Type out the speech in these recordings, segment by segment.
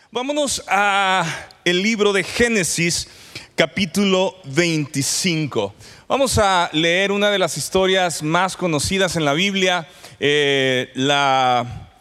Vámonos a el libro de Génesis, capítulo 25. Vamos a leer una de las historias más conocidas en la Biblia, la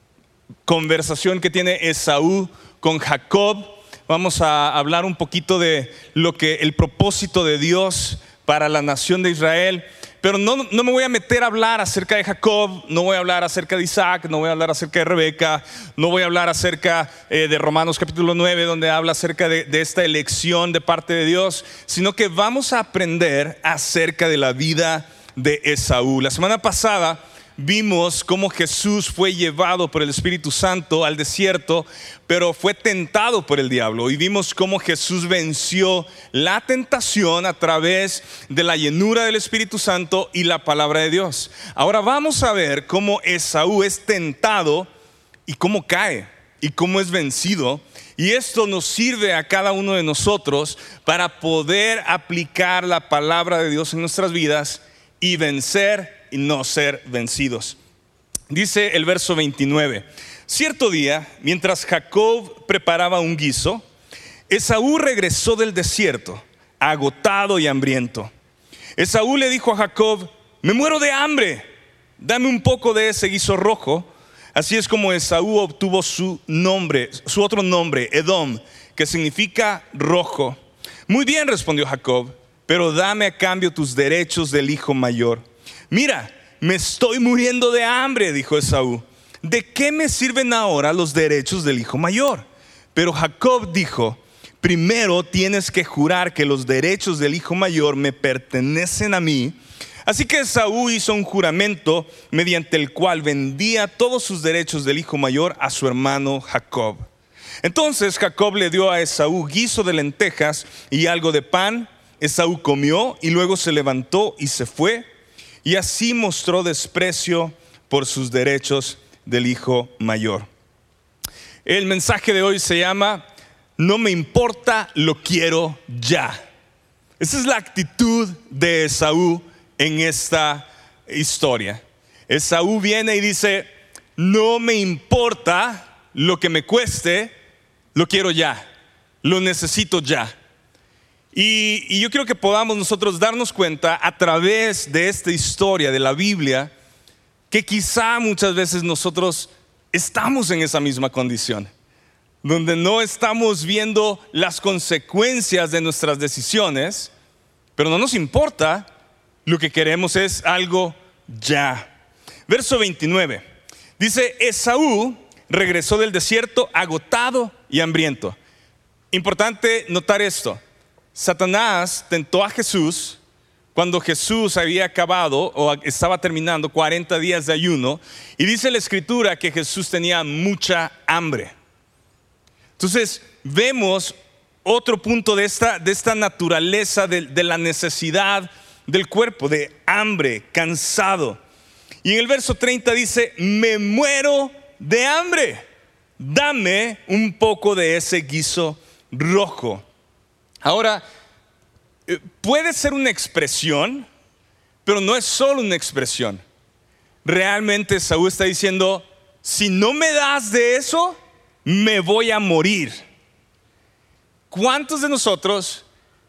conversación que tiene Esaú con Jacob. Vamos a hablar un poquito de el propósito de Dios para la nación de Israel. Pero no me voy a meter a hablar acerca de Jacob, no voy a hablar acerca de Isaac, no voy a hablar acerca de Rebeca, no voy a hablar acerca de Romanos capítulo 9, donde habla acerca de esta elección de parte de Dios, sino que vamos a aprender acerca de la vida de Esaú. La semana pasada vimos cómo Jesús fue llevado por el Espíritu Santo al desierto, pero fue tentado por el diablo. Y vimos cómo Jesús venció la tentación a través de la llenura del Espíritu Santo y la palabra de Dios. Ahora vamos a ver cómo Esaú es tentado y cómo cae y cómo es vencido. Y esto nos sirve a cada uno de nosotros para poder aplicar la palabra de Dios en nuestras vidas y vencer y no ser vencidos. Dice el verso 29: cierto día, mientras Jacob preparaba un guiso, Esaú regresó del desierto, agotado y hambriento. Esaú le dijo a Jacob: me muero de hambre, dame un poco de ese guiso rojo. Así es como Esaú obtuvo su otro nombre, Edom, que significa rojo. Muy bien, respondió Jacob, pero dame a cambio tus derechos del hijo mayor. Mira, me estoy muriendo de hambre, dijo Esaú. ¿De qué me sirven ahora los derechos del hijo mayor? Pero Jacob dijo: primero tienes que jurar que los derechos del hijo mayor me pertenecen a mí. Así que Esaú hizo un juramento mediante el cual vendía todos sus derechos del hijo mayor a su hermano Jacob. Entonces Jacob le dio a Esaú guiso de lentejas y algo de pan. Esaú comió y luego se levantó y se fue. Y así mostró desprecio por sus derechos del hijo mayor. El mensaje de hoy se llama: no me importa, lo quiero ya. Esa es la actitud de Esaú en esta historia. Esaú viene y dice: no me importa lo que me cueste, lo quiero ya, lo necesito ya. Y yo quiero que podamos nosotros darnos cuenta a través de esta historia de la Biblia que quizá muchas veces nosotros estamos en esa misma condición, donde no estamos viendo las consecuencias de nuestras decisiones, pero no nos importa, lo que queremos es algo ya. Verso 29 dice: Esaú regresó del desierto agotado y hambriento. Importante notar esto. Satanás tentó a Jesús cuando Jesús había acabado o estaba terminando 40 días de ayuno, y dice la escritura que Jesús tenía mucha hambre. Entonces vemos otro punto de esta naturaleza de la necesidad del cuerpo, de hambre, cansado. Y en el verso 30 dice: me muero de hambre, dame un poco de ese guiso rojo. Ahora, puede ser una expresión, pero no es solo una expresión. Realmente Esaú está diciendo: si no me das de eso, me voy a morir. ¿Cuántos de nosotros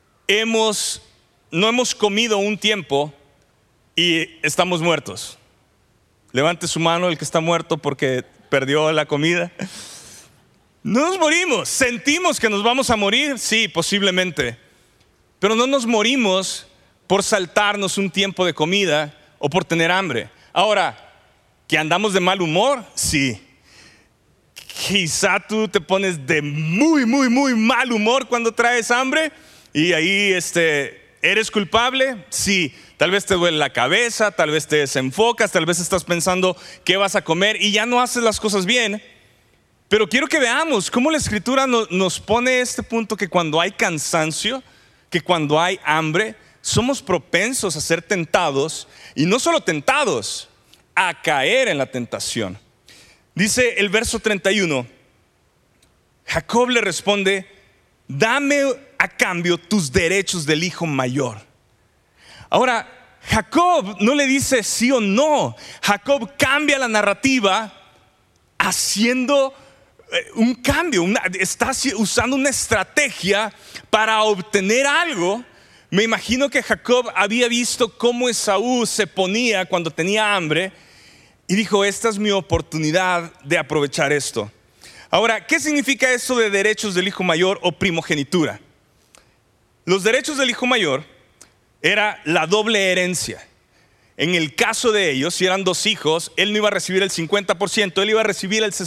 no hemos comido un tiempo y estamos muertos? Levante su mano el que está muerto porque perdió la comida. No nos morimos, sentimos que nos vamos a morir, sí, posiblemente, pero no nos morimos por saltarnos un tiempo de comida o por tener hambre. Ahora, ¿que andamos de mal humor? Sí. Quizá tú te pones de muy mal humor cuando traes hambre y ahí ¿eres culpable? Sí. Tal vez te duele la cabeza, tal vez te desenfocas, tal vez estás pensando qué vas a comer y ya no haces las cosas bien. Pero quiero que veamos cómo la escritura nos pone este punto, que cuando hay cansancio, que cuando hay hambre, somos propensos a ser tentados, y no solo tentados, a caer en la tentación. Dice el verso 31, Jacob le responde: dame a cambio tus derechos del hijo mayor. Ahora, Jacob no le dice sí o no. Jacob cambia la narrativa haciendo un cambio, está usando una estrategia para obtener algo. Me imagino que Jacob había visto cómo Esaú se ponía cuando tenía hambre y dijo, esta es mi oportunidad de aprovechar esto. Ahora, ¿qué significa esto de derechos del hijo mayor o primogenitura? Los derechos del hijo mayor era la doble herencia. En el caso de ellos, si eran 2 hijos, él no iba a recibir el 50%, él iba a recibir el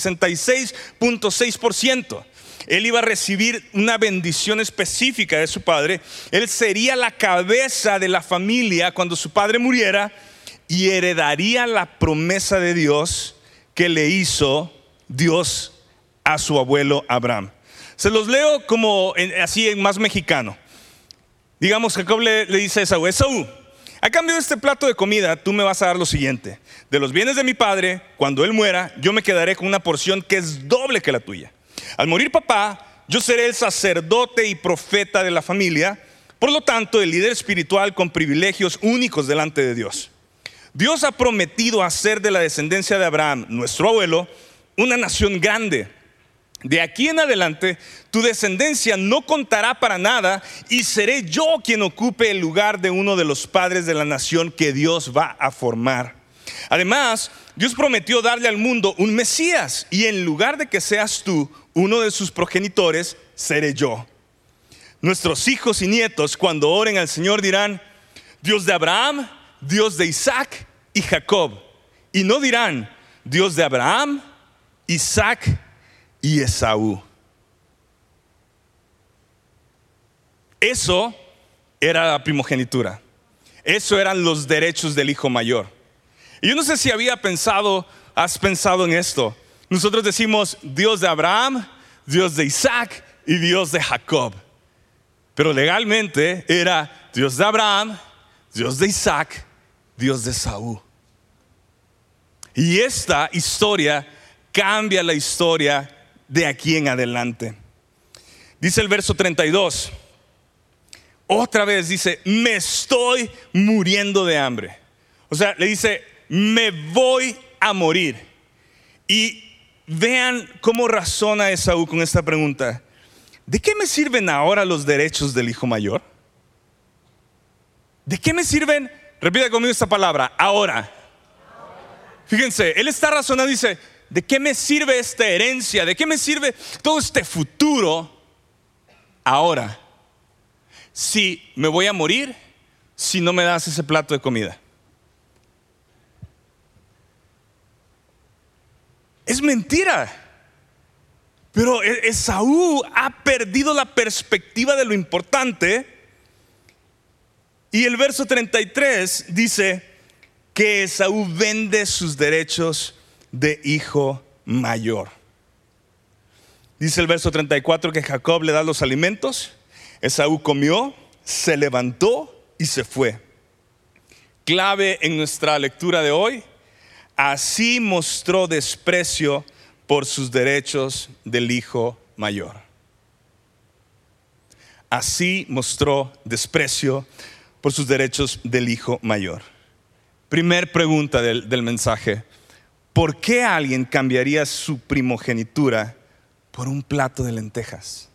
66.6%. Él iba a recibir una bendición específica de su padre. Él sería la cabeza de la familia cuando su padre muriera y heredaría la promesa de Dios que le hizo Dios a su abuelo Abraham. Se los leo como así en más mexicano. Digamos, Jacob le dice a Esaú, Esaú, a cambio de este plato de comida, tú me vas a dar lo siguiente. De los bienes de mi padre, cuando él muera, yo me quedaré con una porción que es doble que la tuya. Al morir papá, yo seré el sacerdote y profeta de la familia, por lo tanto, el líder espiritual con privilegios únicos delante de Dios. Dios ha prometido hacer de la descendencia de Abraham, nuestro abuelo, una nación grande. De aquí en adelante, tu descendencia no contará para nada y seré yo quien ocupe el lugar de uno de los padres de la nación que Dios va a formar. Además, Dios prometió darle al mundo un Mesías y en lugar de que seas tú uno de sus progenitores, seré yo. Nuestros hijos y nietos cuando oren al Señor dirán, Dios de Abraham, Dios de Isaac y Jacob. Y no dirán, Dios de Abraham, Isaac y Esaú. Eso era la primogenitura. Eso eran los derechos del hijo mayor. Y yo no sé si has pensado en esto. Nosotros decimos Dios de Abraham, Dios de Isaac y Dios de Jacob. Pero legalmente era Dios de Abraham, Dios de Isaac, Dios de Esaú. Y esta historia cambia la historia de aquí en adelante. Dice el verso 32. Otra vez dice, me estoy muriendo de hambre. O sea, le dice, me voy a morir. Y vean cómo razona Esaú con esta pregunta. ¿De qué me sirven ahora los derechos del hijo mayor? ¿De qué me sirven? Repita conmigo esta palabra, ahora. Fíjense, él está razonando y dice, ¿de qué me sirve esta herencia? ¿De qué me sirve todo este futuro ahora? Si me voy a morir, si no me das ese plato de comida. Es mentira. Pero Esaú ha perdido la perspectiva de lo importante. Y el verso 33 dice que Esaú vende sus derechos de hijo mayor. Dice el verso 34 que Jacob le da los alimentos. Esaú comió, se levantó y se fue. Clave en nuestra lectura de hoy. Así mostró desprecio por sus derechos del hijo mayor. Así mostró desprecio por sus derechos del hijo mayor. Primer pregunta del mensaje. ¿Por qué alguien cambiaría su primogenitura por un plato de lentejas?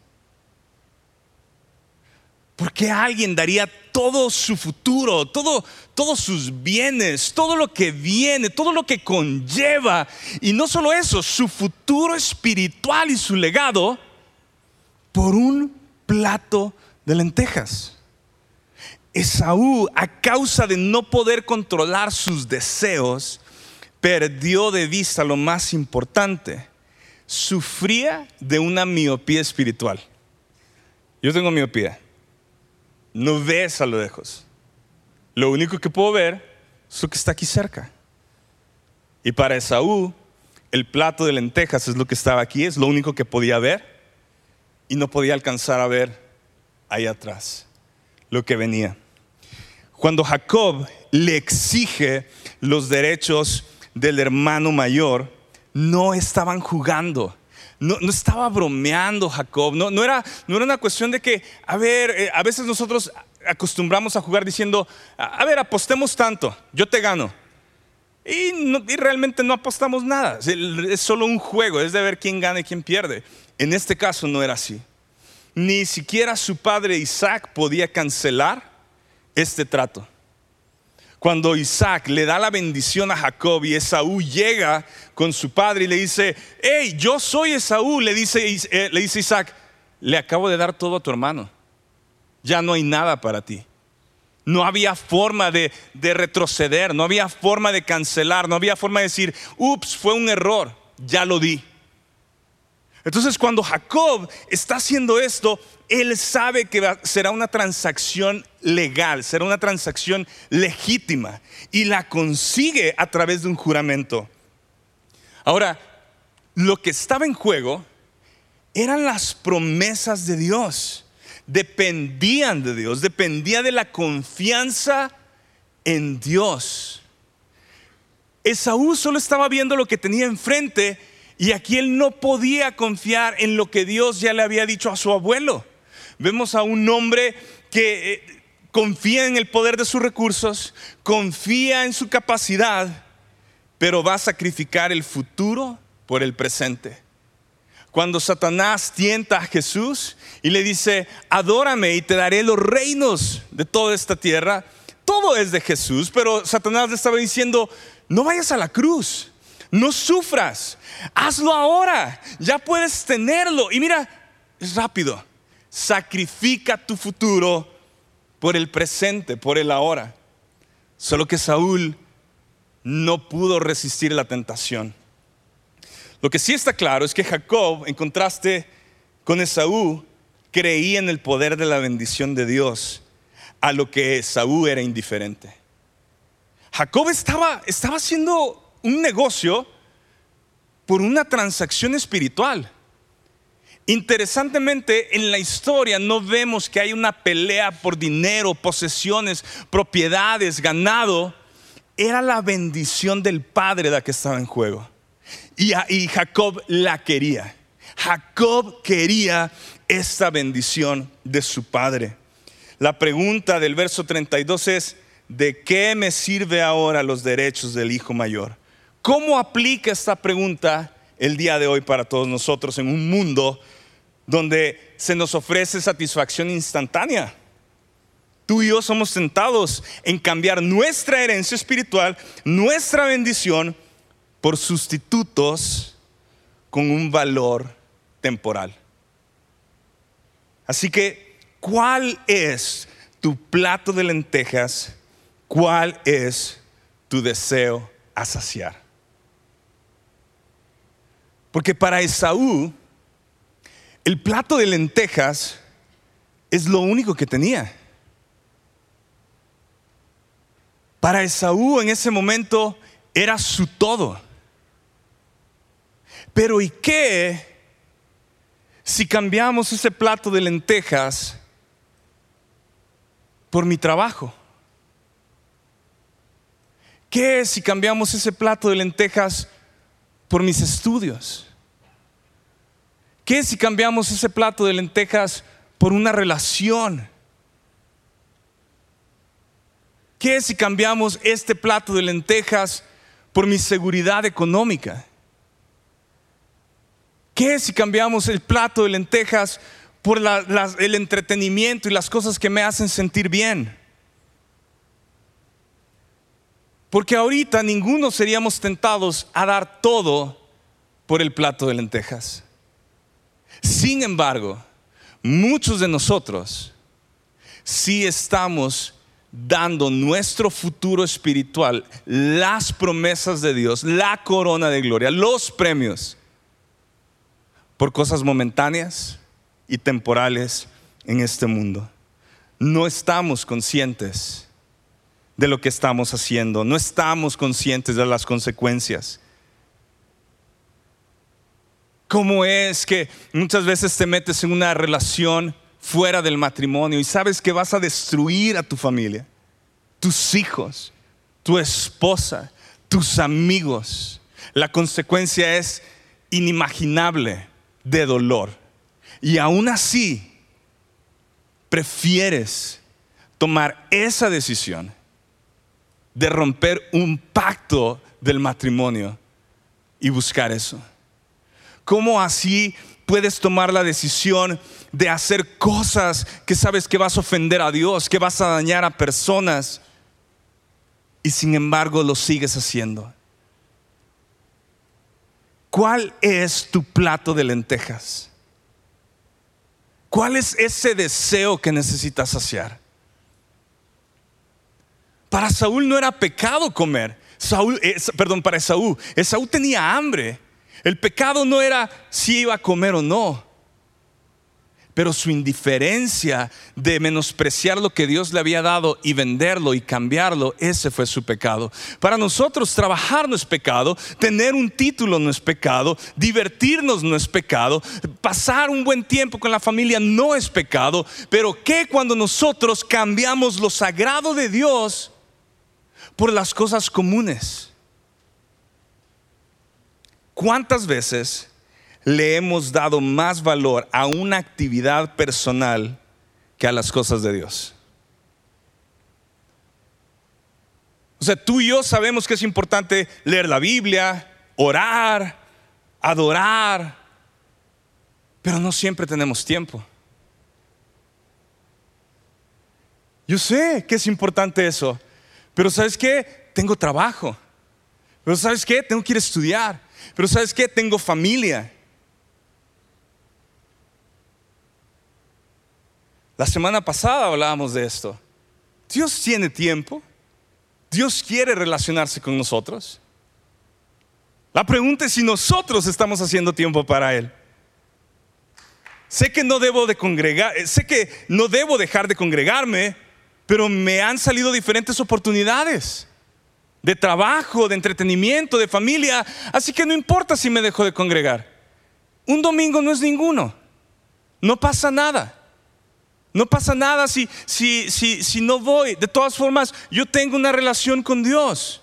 ¿Por qué alguien daría todo su futuro, todos sus bienes, todo lo que viene, todo lo que conlleva? Y no solo eso, su futuro espiritual y su legado por un plato de lentejas. Esaú, a causa de no poder controlar sus deseos, perdió de vista lo más importante. Sufría de una miopía espiritual. Yo tengo miopía. No ves a lo lejos. Lo único que puedo ver es lo que está aquí cerca. Y para Esaú, el plato de lentejas es lo que estaba aquí, es lo único que podía ver. Y no podía alcanzar a ver ahí atrás lo que venía. Cuando Jacob le exige los derechos del hermano mayor, no estaban jugando. No estaba bromeando Jacob, no era una cuestión de que, a veces nosotros acostumbramos a jugar diciendo, apostemos tanto, yo te gano. y realmente no apostamos nada. Es solo un juego, es de ver quién gana y quién pierde. En este caso no era así. Ni siquiera su padre Isaac podía cancelar este trato. Cuando Isaac le da la bendición a Jacob y Esaú llega con su padre y le dice: hey, yo soy Esaú, le dice Isaac: le acabo de dar todo a tu hermano, ya no hay nada para ti. No había forma de retroceder, no había forma de cancelar, no había forma de decir: ups, fue un error, ya lo di. Entonces cuando Jacob está haciendo esto, él sabe que será una transacción legal, será una transacción legítima, y la consigue a través de un juramento. Ahora, lo que estaba en juego eran las promesas de Dios. Dependían de Dios, dependía de la confianza en Dios. Esaú solo estaba viendo lo que tenía enfrente, y aquí él no podía confiar en lo que Dios ya le había dicho a su abuelo. Vemos a un hombre que confía en el poder de sus recursos, confía en su capacidad, pero va a sacrificar el futuro por el presente. Cuando Satanás tienta a Jesús y le dice: adórame y te daré los reinos de toda esta tierra, todo es de Jesús, pero Satanás le estaba diciendo: no vayas a la cruz, no sufras, hazlo ahora, ya puedes tenerlo. Y mira, es rápido, sacrifica tu futuro por el presente, por el ahora. Solo que Saúl no pudo resistir la tentación. Lo que sí está claro es que Jacob, en contraste con Esaú, creía en el poder de la bendición de Dios, a lo que Esaú era indiferente. Jacob estaba haciendo un negocio por una transacción espiritual. Interesantemente, en la historia no vemos que hay una pelea por dinero, posesiones, propiedades, ganado. Era la bendición del padre la que estaba en juego. Y Jacob la quería. Jacob quería esta bendición de su padre. La pregunta del verso 32 es: ¿de qué me sirve ahora los derechos del hijo mayor? ¿Cómo aplica esta pregunta el día de hoy para todos nosotros en un mundo donde se nos ofrece satisfacción instantánea? Tú y yo somos tentados en cambiar nuestra herencia espiritual, nuestra bendición, por sustitutos con un valor temporal. Así que, ¿cuál es tu plato de lentejas? ¿Cuál es tu deseo a saciar? Porque para Esaú, el plato de lentejas es lo único que tenía. Para Esaú en ese momento era su todo. Pero ¿y qué si cambiamos ese plato de lentejas por mi trabajo? ¿Qué si cambiamos ese plato de lentejas por mis estudios? ¿Qué si cambiamos ese plato de lentejas por una relación? ¿Qué si cambiamos este plato de lentejas por mi seguridad económica? ¿Qué si cambiamos el plato de lentejas por el entretenimiento y las cosas que me hacen sentir bien? Porque ahorita ninguno seríamos tentados a dar todo por el plato de lentejas. Sin embargo, muchos de nosotros sí estamos dando nuestro futuro espiritual, las promesas de Dios, la corona de gloria, los premios, por cosas momentáneas y temporales en este mundo. No estamos conscientes de lo que estamos haciendo, no estamos conscientes de las consecuencias. ¿Cómo es que muchas veces te metes en una relación fuera del matrimonio y sabes que vas a destruir a tu familia, tus hijos, tu esposa, tus amigos? La consecuencia es inimaginable de dolor, y aún así prefieres tomar esa decisión de romper un pacto del matrimonio y buscar eso? ¿Cómo así puedes tomar la decisión de hacer cosas que sabes que vas a ofender a Dios, que vas a dañar a personas, y sin embargo lo sigues haciendo? ¿Cuál es tu plato de lentejas? ¿Cuál es ese deseo que necesitas saciar? Para Saúl no era pecado comer. Para Esaú. Esaú tenía hambre. El pecado no era si iba a comer o no, pero su indiferencia de menospreciar lo que Dios le había dado y venderlo y cambiarlo, ese fue su pecado. Para nosotros trabajar no es pecado, tener un título no es pecado, divertirnos no es pecado, pasar un buen tiempo con la familia no es pecado. Pero ¿qué cuando nosotros cambiamos lo sagrado de Dios por las cosas comunes? ¿Cuántas veces le hemos dado más valor a una actividad personal que a las cosas de Dios? O sea, tú y yo sabemos que es importante leer la Biblia, orar, adorar, pero no siempre tenemos tiempo. Yo sé que es importante eso, pero ¿sabes qué? Tengo trabajo. Pero ¿sabes qué? Tengo que ir a estudiar. Pero ¿sabes qué? Tengo familia. La semana pasada hablábamos de esto. Dios tiene tiempo. Dios quiere relacionarse con nosotros. La pregunta es si nosotros estamos haciendo tiempo para Él. Sé que no debo dejar de congregarme, pero me han salido diferentes oportunidades de trabajo, de entretenimiento, de familia. Así que no importa si me dejo de congregar. Un domingo no es ninguno. No pasa nada. No pasa nada si no voy. De todas formas, yo tengo una relación con Dios.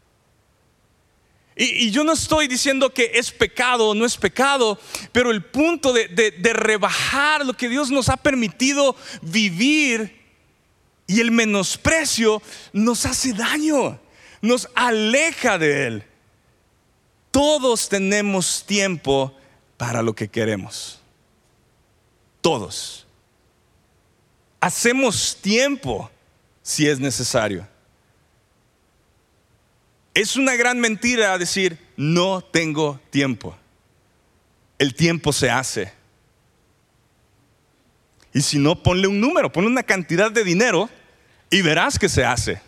Y yo no estoy diciendo que es pecado o no es pecado, pero el punto de rebajar lo que Dios nos ha permitido vivir y el menosprecio nos hace daño. Nos aleja de Él. Todos tenemos tiempo para lo que queremos. Todos. Hacemos tiempo si es necesario. Es una gran mentira decir no tengo tiempo. El tiempo se hace. Y si no, ponle un número, ponle una cantidad de dinero y verás que se hace.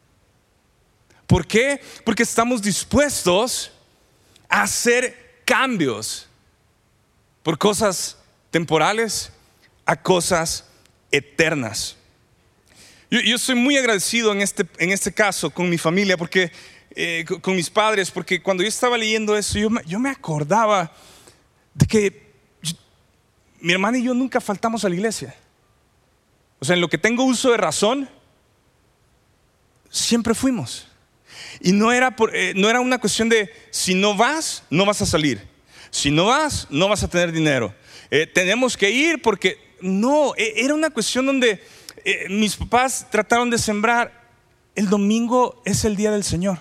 ¿Por qué? Porque estamos dispuestos a hacer cambios por cosas temporales a cosas eternas. Yo soy muy agradecido en este caso con mi familia, porque con mis padres, porque cuando yo estaba leyendo eso, yo me acordaba de que mi hermana y yo nunca faltamos a la iglesia. O sea, en lo que tengo uso de razón, siempre fuimos. Y no era una cuestión de si no vas, no vas a salir. Si no vas, no vas a tener dinero. Tenemos que ir porque no, era una cuestión donde mis papás trataron de sembrar. El domingo es el día del Señor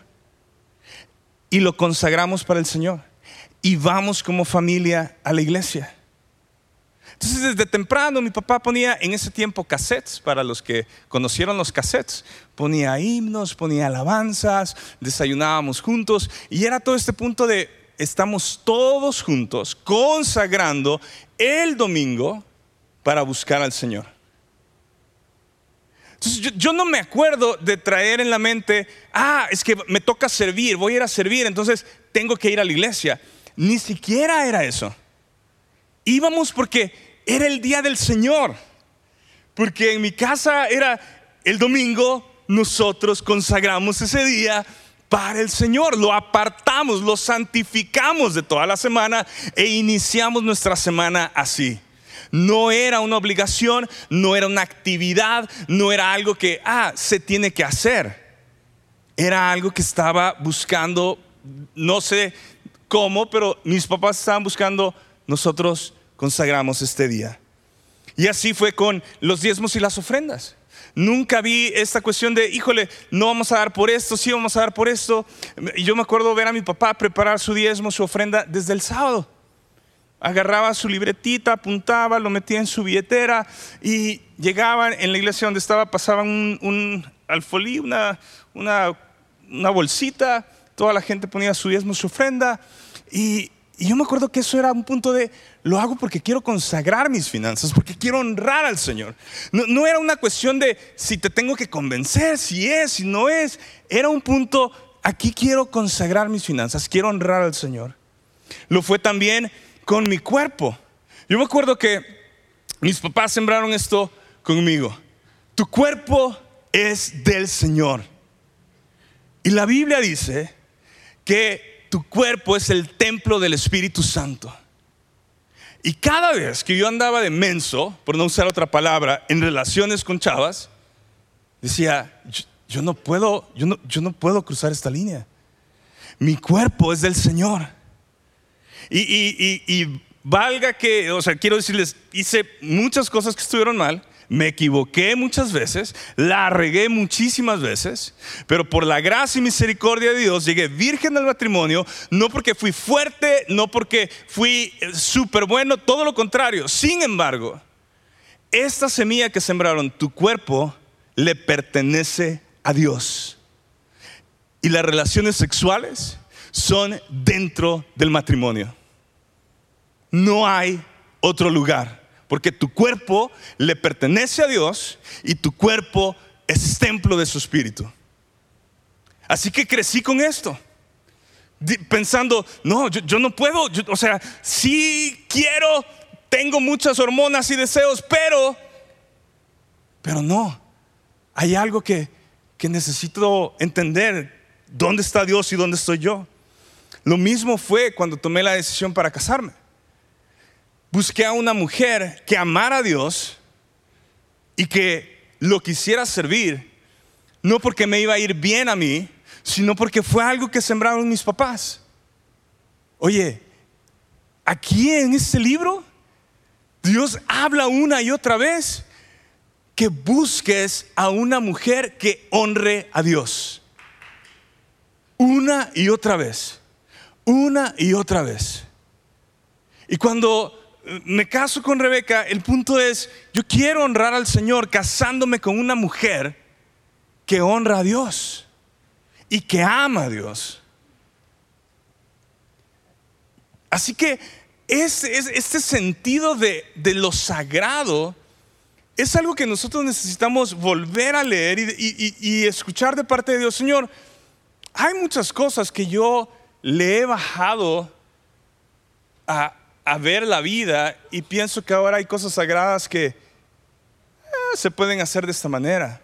y lo consagramos para el Señor y vamos como familia a la iglesia. Entonces desde temprano mi papá ponía en ese tiempo cassettes. Para los que conocieron los cassettes, ponía himnos, ponía alabanzas, desayunábamos juntos y era todo este punto de estamos todos juntos consagrando el domingo para buscar al Señor. Entonces yo no me acuerdo de traer en la mente, es que me toca servir, voy a ir a servir, entonces tengo que ir a la iglesia. Ni siquiera era eso. Íbamos porque era el día del Señor. Porque en mi casa era el domingo, nosotros consagramos ese día para el Señor. Lo apartamos, lo santificamos de toda la semana e iniciamos nuestra semana así. No era una obligación, no era una actividad, no era algo que se tiene que hacer. Era algo que estaba buscando, no sé cómo, pero mis papás estaban buscando, nosotros consagramos este día. Y así fue con los diezmos y las ofrendas. Nunca vi esta cuestión de, híjole, no vamos a dar por esto, sí vamos a dar por esto. Y yo me acuerdo ver a mi papá preparar su diezmo, su ofrenda desde el sábado. Agarraba su libretita, apuntaba, lo metía en su billetera y llegaban en la iglesia donde estaba, pasaban un alfolí, una bolsita, toda la gente ponía su diezmo, su ofrenda. Y yo me acuerdo que eso era un punto de, lo hago porque quiero consagrar mis finanzas, porque quiero honrar al Señor. No era una cuestión de si te tengo que convencer, si es, si no es. Era un punto, aquí quiero consagrar mis finanzas, quiero honrar al Señor. Lo fue también con mi cuerpo. Yo me acuerdo que mis papás sembraron esto conmigo. Tu cuerpo es del Señor. Y la Biblia dice que tu cuerpo es el templo del Espíritu Santo. Y cada vez que yo andaba de menso, por no usar otra palabra, en relaciones con chavas, decía, yo no puedo cruzar esta línea. Mi cuerpo es del Señor. Y valga que, o sea, quiero decirles, hice muchas cosas que estuvieron mal, me equivoqué muchas veces, la regué muchísimas veces, pero por la gracia y misericordia de Dios llegué virgen al matrimonio, no porque fui fuerte, no porque fui súper bueno, todo lo contrario. Sin embargo, esta semilla que sembraron, tu cuerpo le pertenece a Dios. Y las relaciones sexuales son dentro del matrimonio. No hay otro lugar, porque tu cuerpo le pertenece a Dios y tu cuerpo es templo de su Espíritu. Así que crecí con esto, pensando, no, yo no puedo, o sea, sí quiero, tengo muchas hormonas y deseos, pero no, hay algo que necesito entender, dónde está Dios y dónde estoy yo. Lo mismo fue cuando tomé la decisión para casarme. Busqué a una mujer que amara a Dios y que lo quisiera servir, no porque me iba a ir bien a mí, sino porque fue algo que sembraron mis papás. Oye, aquí en este libro, Dios habla una y otra vez que busques a una mujer que honre a Dios. Una y otra vez. Una y otra vez. Y cuando me caso con Rebeca, el punto es, yo quiero honrar al Señor casándome con una mujer que honra a Dios y que ama a Dios. Así que este sentido de lo sagrado es algo que nosotros necesitamos volver a leer y escuchar de parte de Dios. Señor, hay muchas cosas que yo le he bajado a ver la vida y pienso que ahora hay cosas sagradas que se pueden hacer de esta manera.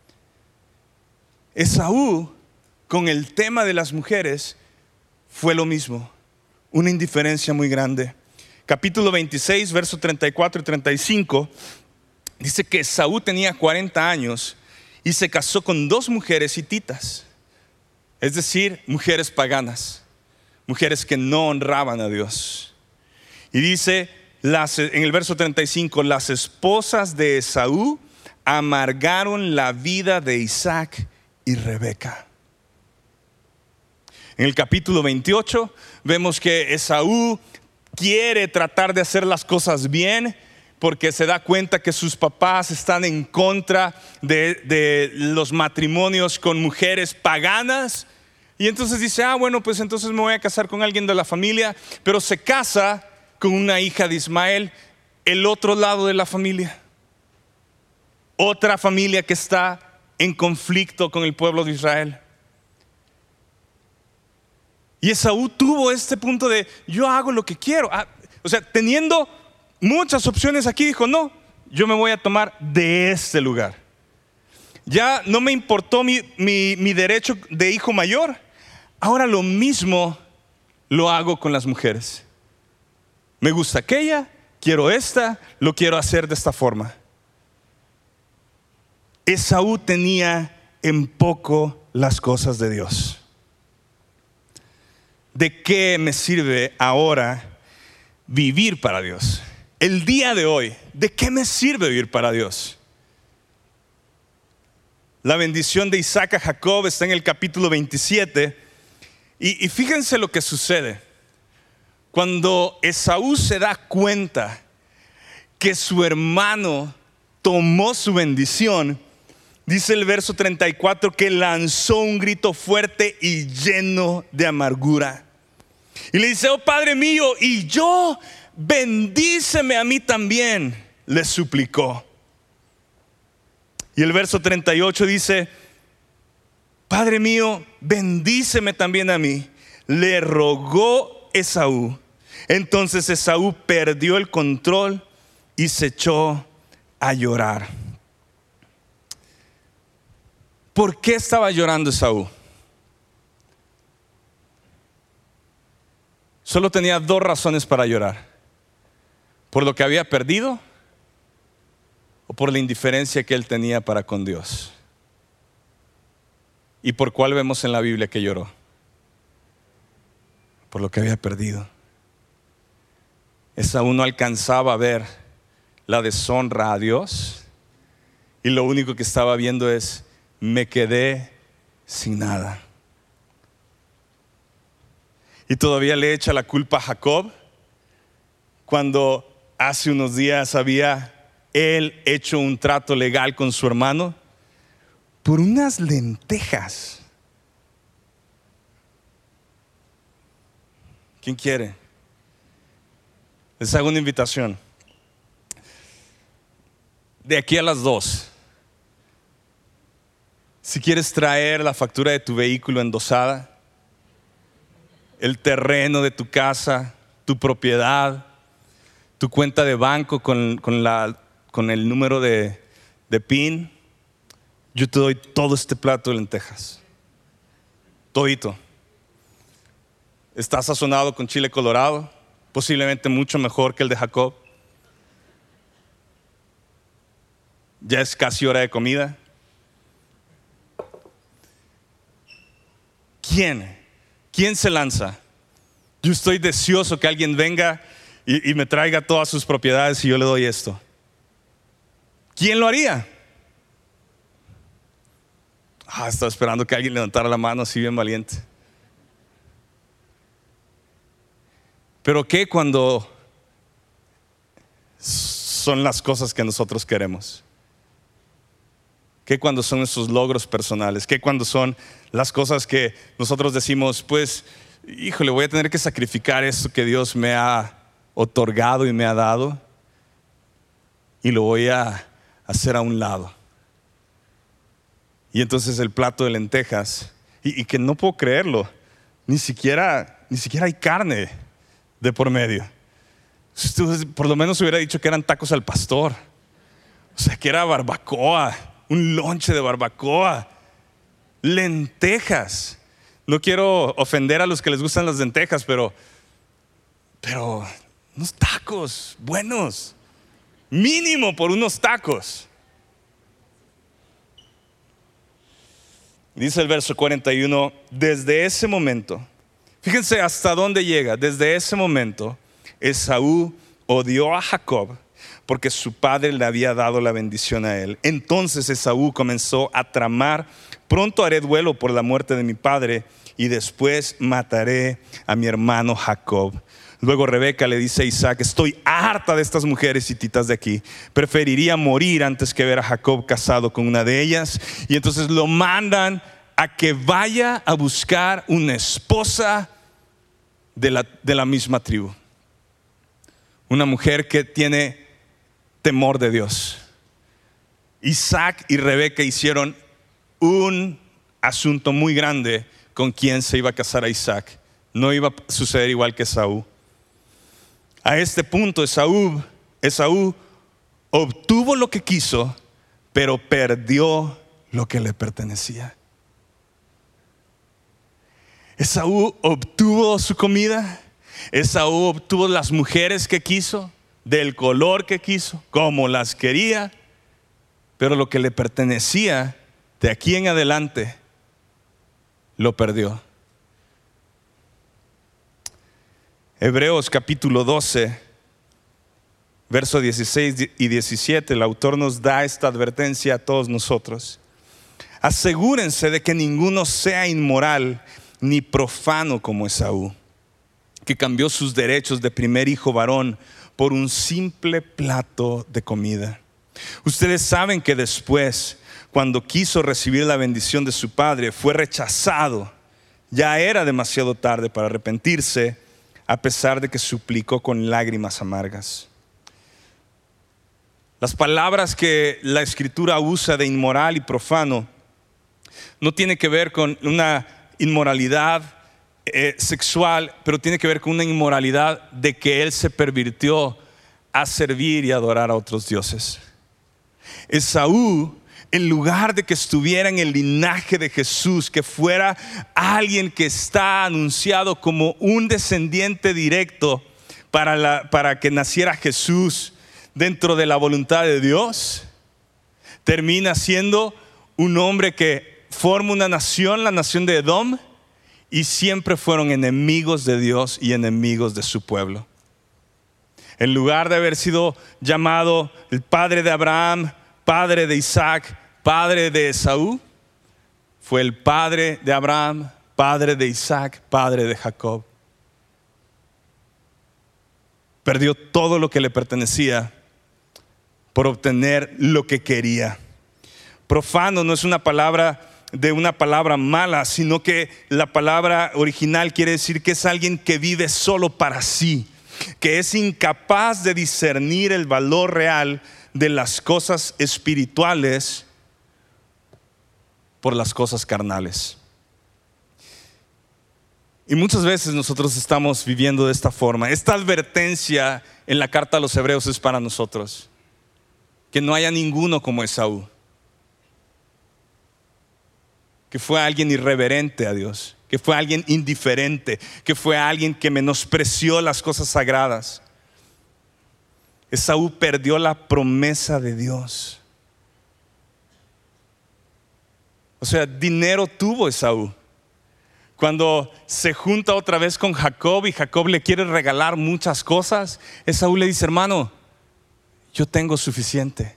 Esaú, con el tema de las mujeres, fue lo mismo, una indiferencia muy grande. Capítulo 26, versos 34 y 35, dice que Esaú tenía 40 años y se casó con 2 mujeres hititas, es decir, mujeres paganas, mujeres que no honraban a Dios. Y dice en el verso 35, las esposas de Esaú amargaron la vida de Isaac y Rebeca. En el capítulo 28 vemos que Esaú quiere tratar de hacer las cosas bien porque se da cuenta que sus papás están en contra de los matrimonios con mujeres paganas. Y entonces dice, bueno, pues entonces me voy a casar con alguien de la familia, pero se casa con una hija de Ismael, el otro lado de la familia. Otra familia que está en conflicto con el pueblo de Israel. Y Esaú tuvo este punto de, yo hago lo que quiero. O sea, teniendo muchas opciones aquí, dijo, no, yo me voy a tomar de este lugar. Ya no me importó mi derecho de hijo mayor. Ahora lo mismo lo hago con las mujeres. Me gusta aquella, quiero esta, lo quiero hacer de esta forma. Esaú tenía en poco las cosas de Dios. ¿De qué me sirve ahora vivir para Dios? el día de hoy, ¿de qué me sirve vivir para Dios? La bendición de Isaac a Jacob está en el capítulo 27. Y fíjense lo que sucede. Cuando Esaú se da cuenta que su hermano tomó su bendición, dice el verso 34 que lanzó un grito fuerte y lleno de amargura. Y le dice: oh Padre mío, y yo, bendíceme a mí también, le suplicó. Y el verso 38 dice: Padre mío, bendíceme también a mí, le rogó Esaú. Entonces Esaú perdió el control y se echó a llorar. ¿Por qué estaba llorando Esaú? Solo tenía dos razones para llorar: por lo que había perdido o por la indiferencia que él tenía para con Dios. ¿Y por cuál vemos en la Biblia que lloró? Por lo que había perdido. Esaú no alcanzaba a ver la deshonra a Dios, y lo único que estaba viendo es: me quedé sin nada. Y todavía le echa la culpa a Jacob, cuando hace unos días había él hecho un trato legal con su hermano por unas lentejas. ¿Quién quiere? Les hago una invitación. De aquí a las 2, si quieres traer la factura de tu vehículo endosada, el terreno de tu casa, tu propiedad, tu cuenta de banco con el número de PIN, yo te doy todo este plato de lentejas. Todito. Está sazonado con chile colorado, posiblemente mucho mejor que el de Jacob. Ya es casi hora de comida. ¿Quién se lanza? Yo estoy deseoso que alguien venga y me traiga todas sus propiedades y yo le doy esto. ¿Quién lo haría? Estaba esperando que alguien levantara la mano así bien valiente. Pero ¿qué cuando son las cosas que nosotros queremos? ¿Qué cuando son nuestros logros personales? ¿Qué cuando son las cosas que nosotros decimos: pues, híjole, voy a tener que sacrificar esto que Dios me ha otorgado y me ha dado, y lo voy a hacer a un lado? Y entonces el plato de lentejas, y que no puedo creerlo, ni siquiera hay carne de por medio. Por lo menos hubiera dicho que eran tacos al pastor, o sea, que era barbacoa, un lonche de barbacoa, lentejas. No quiero ofender a los que les gustan las lentejas, pero unos tacos buenos, mínimo por unos tacos. Dice el verso 41, desde ese momento, fíjense hasta dónde llega. Desde ese momento Esaú odió a Jacob porque su padre le había dado la bendición a él. Entonces Esaú comenzó a tramar: pronto haré duelo por la muerte de mi padre y después mataré a mi hermano Jacob. Luego Rebeca le dice a Isaac: estoy harta de estas mujeres hititas de aquí. Preferiría morir antes que ver a Jacob casado con una de ellas. Y entonces lo mandan a que vaya a buscar una esposa de la misma tribu. Una mujer que tiene temor de Dios. Isaac y Rebeca hicieron un asunto muy grande con quién se iba a casar a Isaac. No iba a suceder igual que Esaú. A este punto Esaú obtuvo lo que quiso, pero perdió lo que le pertenecía. Esaú obtuvo su comida, Esaú obtuvo las mujeres que quiso, del color que quiso, como las quería, pero lo que le pertenecía de aquí en adelante lo perdió. Hebreos capítulo 12, verso 16 y 17, el autor nos da esta advertencia a todos nosotros. Asegúrense de que ninguno sea inmoral ni profano como Esaú, que cambió sus derechos de primer hijo varón por un simple plato de comida. Ustedes saben que después, cuando quiso recibir la bendición de su padre, fue rechazado. Ya era demasiado tarde para arrepentirse, a pesar de que suplicó con lágrimas amargas. Las palabras que la Escritura usa de inmoral y profano no tiene que ver con una inmoralidad sexual, pero tiene que ver con una inmoralidad de que él se pervirtió a servir y adorar a otros dioses. Esaú, en lugar de que estuviera en el linaje de Jesús, que fuera alguien que está anunciado como un descendiente directo para que naciera Jesús dentro de la voluntad de Dios, termina siendo un hombre que forma una nación, la nación de Edom, y siempre fueron enemigos de Dios y enemigos de su pueblo. En lugar de haber sido llamado el padre de Abraham, padre de Isaac, padre de Esaú, fue el padre de Abraham, padre de Isaac, padre de Jacob. Perdió todo lo que le pertenecía por obtener lo que quería. Profano no es una palabra de una palabra mala, sino que la palabra original quiere decir que es alguien que vive solo para sí, que es incapaz de discernir el valor real de las cosas espirituales por las cosas carnales. Y muchas veces nosotros estamos viviendo de esta forma. Esta advertencia en la carta a los Hebreos es para nosotros: que no haya ninguno como Esaú, que fue alguien irreverente a Dios, que fue alguien indiferente, que fue alguien que menospreció las cosas sagradas. Esaú perdió la promesa de Dios. O sea, dinero tuvo Esaú. Cuando se junta otra vez con Jacob y Jacob le quiere regalar muchas cosas, Esaú le dice: hermano, yo tengo suficiente.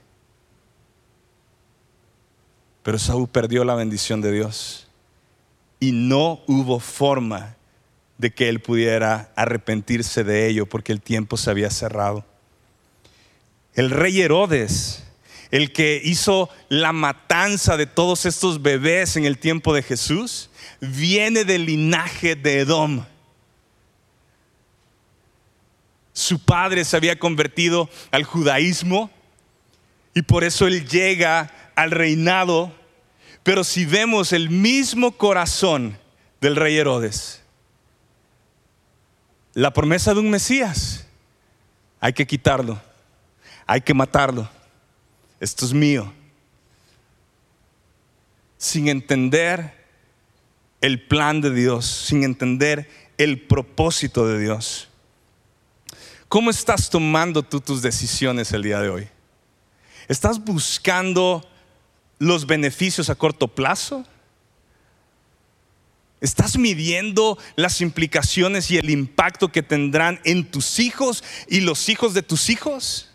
Pero Esaú perdió la bendición de Dios y no hubo forma de que él pudiera arrepentirse de ello, porque el tiempo se había cerrado. El rey Herodes, el que hizo la matanza de todos estos bebés en el tiempo de Jesús, viene del linaje de Edom. Su padre se había convertido al judaísmo y por eso él llega al reinado. Pero si vemos el mismo corazón del rey Herodes, la promesa de un Mesías, hay que quitarlo, hay que matarlo, esto es mío, sin entender el plan de Dios, sin entender el propósito de Dios. ¿Cómo estás tomando tú tus decisiones el día de hoy? ¿Estás buscando los beneficios a corto plazo? ¿Estás midiendo las implicaciones y el impacto que tendrán en tus hijos y los hijos de tus hijos?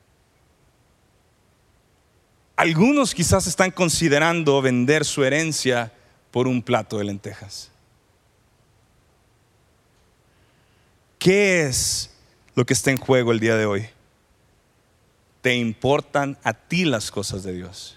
Algunos quizás están considerando vender su herencia por un plato de lentejas. ¿Qué es lo que está en juego el día de hoy? ¿Te importan a ti las cosas de Dios?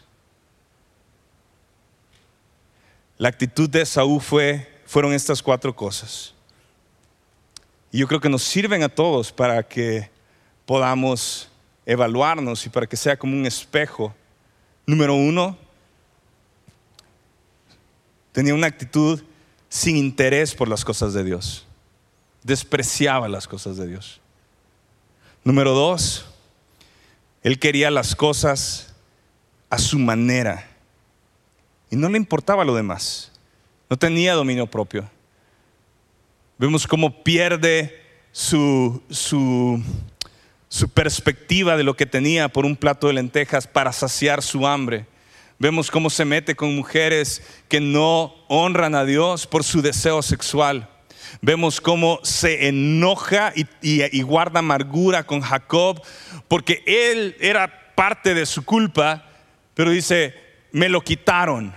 La actitud de Esaú fueron estas 4 cosas. Y yo creo que nos sirven a todos para que podamos evaluarnos y para que sea como un espejo. Número 1, tenía una actitud sin interés por las cosas de Dios. Despreciaba las cosas de Dios. Número 2, él quería las cosas a su manera y no le importaba lo demás. No tenía dominio propio. Vemos cómo pierde su perspectiva de lo que tenía por un plato de lentejas para saciar su hambre. Vemos cómo se mete con mujeres que no honran a Dios por su deseo sexual. Vemos cómo se enoja y guarda amargura con Jacob, porque él era parte de su culpa, pero dice, me lo quitaron.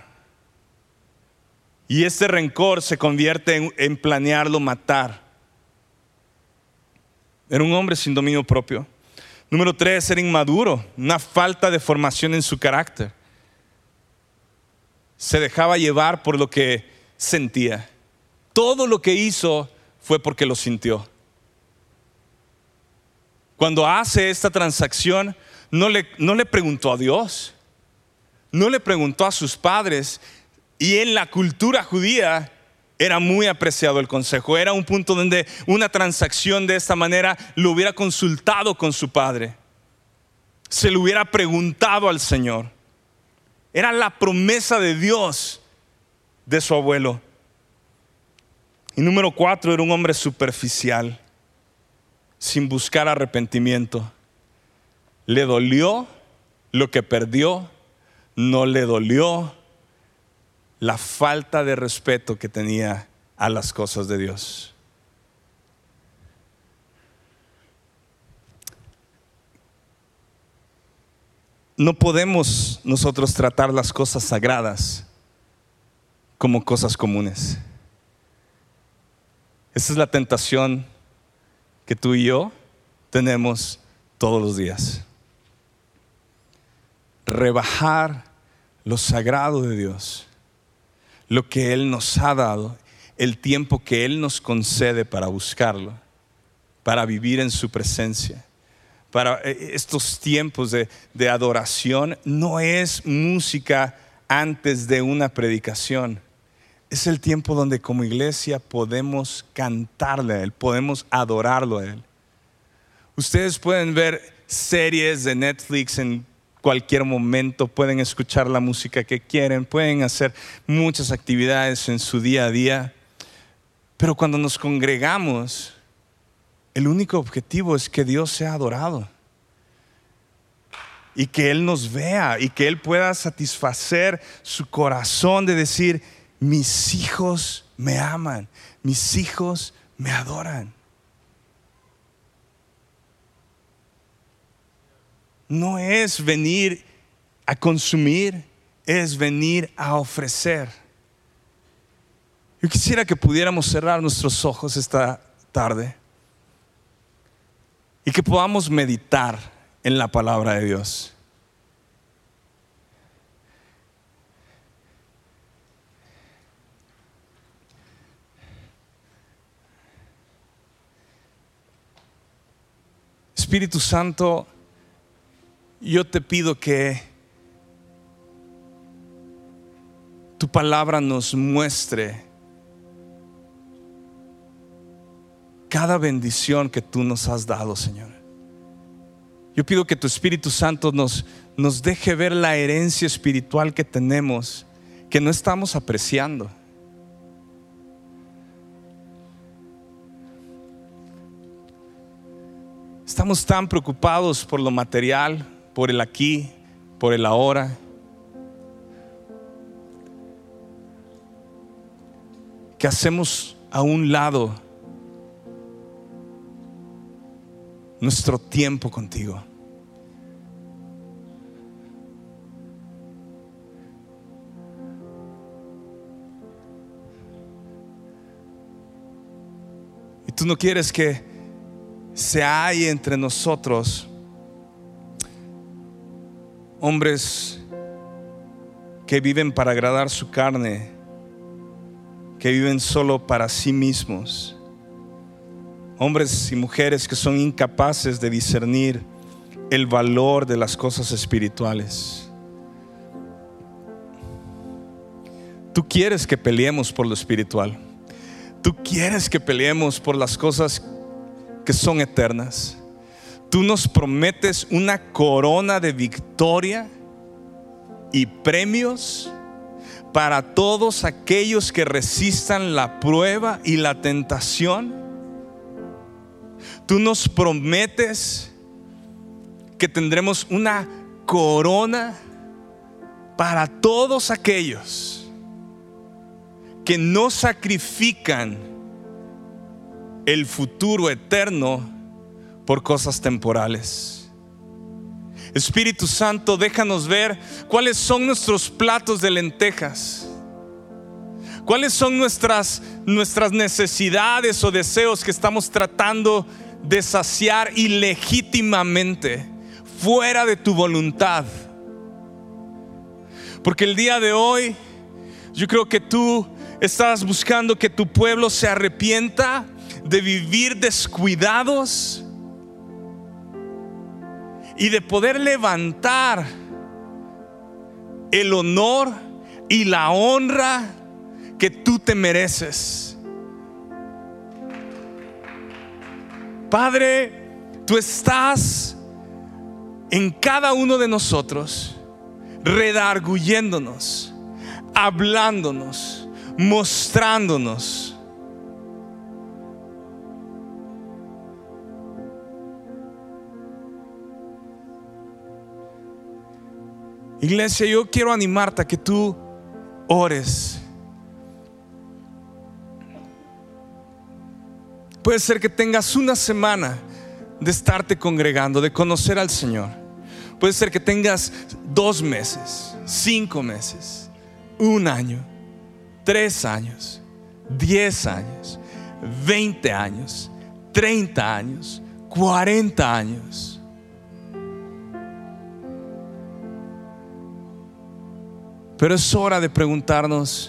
Y este rencor se convierte en planearlo matar. Era un hombre sin dominio propio. Número 3, era inmaduro, una falta de formación en su carácter. Se dejaba llevar por lo que sentía. Todo lo que hizo fue porque lo sintió. Cuando hace esta transacción, no le preguntó a Dios, no le preguntó a sus padres. Y en la cultura judía era muy apreciado el consejo. Era un punto donde una transacción de esta manera lo hubiera consultado con su padre, se lo hubiera preguntado al Señor. Era la promesa de Dios de su abuelo. Y número 4, era un hombre superficial, sin buscar arrepentimiento. Le dolió lo que perdió, no le dolió la falta de respeto que tenía a las cosas de Dios. No podemos nosotros tratar las cosas sagradas como cosas comunes. Esa es la tentación que tú y yo tenemos todos los días. Rebajar lo sagrado de Dios, lo que Él nos ha dado, el tiempo que Él nos concede para buscarlo, para vivir en su presencia. Para estos tiempos de adoración no es música antes de una predicación. Es el tiempo donde como iglesia podemos cantarle a Él, podemos adorarlo a Él. Ustedes pueden ver series de Netflix en cualquier momento, pueden escuchar la música que quieren, pueden hacer muchas actividades en su día a día, pero cuando nos congregamos, el único objetivo es que Dios sea adorado y que Él nos vea y que Él pueda satisfacer su corazón de decir, mis hijos me aman, mis hijos me adoran. No es venir a consumir, es venir a ofrecer. Yo quisiera que pudiéramos cerrar nuestros ojos esta tarde y que podamos meditar en la palabra de Dios. Espíritu Santo, yo te pido que tu palabra nos muestre cada bendición que tú nos has dado, Señor. Yo pido que tu Espíritu Santo nos deje ver la herencia espiritual que tenemos, que no estamos apreciando. Estamos tan preocupados por lo material, por el aquí, por el ahora, que hacemos a un lado nuestro tiempo contigo. Y tú no quieres que se hay entre nosotros hombres que viven para agradar su carne, que viven solo para sí mismos, hombres y mujeres que son incapaces de discernir el valor de las cosas espirituales. Tú quieres que peleemos por lo espiritual, tú quieres que peleemos por las cosas que son eternas. Tú nos prometes una corona de victoria y premios para todos aquellos que resistan la prueba y la tentación. Tú nos prometes que tendremos una corona para todos aquellos que no sacrifican el futuro eterno por cosas temporales. Espíritu Santo, déjanos ver cuáles son nuestros platos de lentejas. ¿Cuáles son nuestras necesidades o deseos que estamos tratando de saciar ilegítimamente, fuera de tu voluntad? Porque el día de hoy yo creo que tú estás buscando que tu pueblo se arrepienta de vivir descuidados y de poder levantar el honor y la honra que tú te mereces. Padre, tú estás en cada uno de nosotros, redarguyéndonos, hablándonos, mostrándonos. Iglesia, yo quiero animarte a que tú ores. Puede ser que tengas una semana de estarte congregando, de conocer al Señor. Puede ser que tengas 2 meses, 5 meses, 1 año, 3 años, 10 años, 20 años, 30 años, 40 años. Pero es hora de preguntarnos: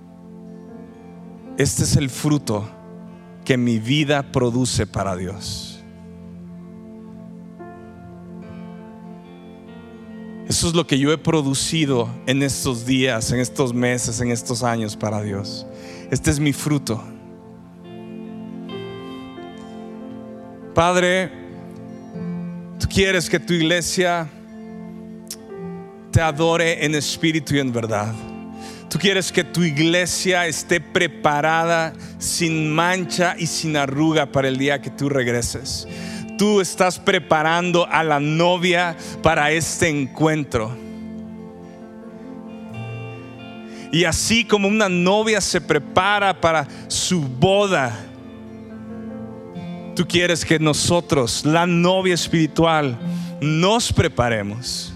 este es el fruto que mi vida produce para Dios. Eso es lo que yo he producido en estos días, en estos meses, en estos años para Dios. Este es mi fruto. Padre, tú quieres que tu iglesia te adore en espíritu y en verdad. Tú quieres que tu iglesia esté preparada, sin mancha y sin arruga, para el día que tú regreses. Tú estás preparando a la novia para este encuentro. Y así como una novia se prepara para su boda, tú quieres que nosotros, la novia espiritual, nos preparemos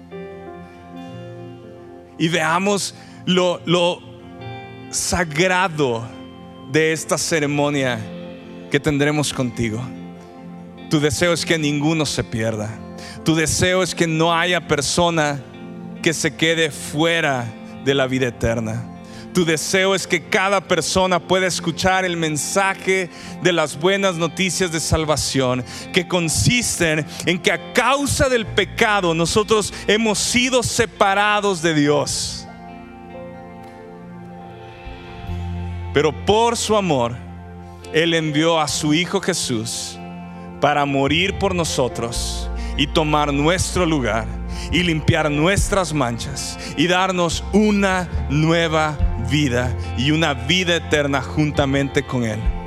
y veamos lo sagrado de esta ceremonia que tendremos contigo. Tu deseo es que ninguno se pierda. Tu deseo es que no haya persona que se quede fuera de la vida eterna. Tu deseo es que cada persona pueda escuchar el mensaje de las buenas noticias de salvación, que consisten en que a causa del pecado nosotros hemos sido separados de Dios. Pero por su amor, Él envió a su Hijo Jesús para morir por nosotros y tomar nuestro lugar y limpiar nuestras manchas y darnos una nueva vida y una vida eterna juntamente con Él.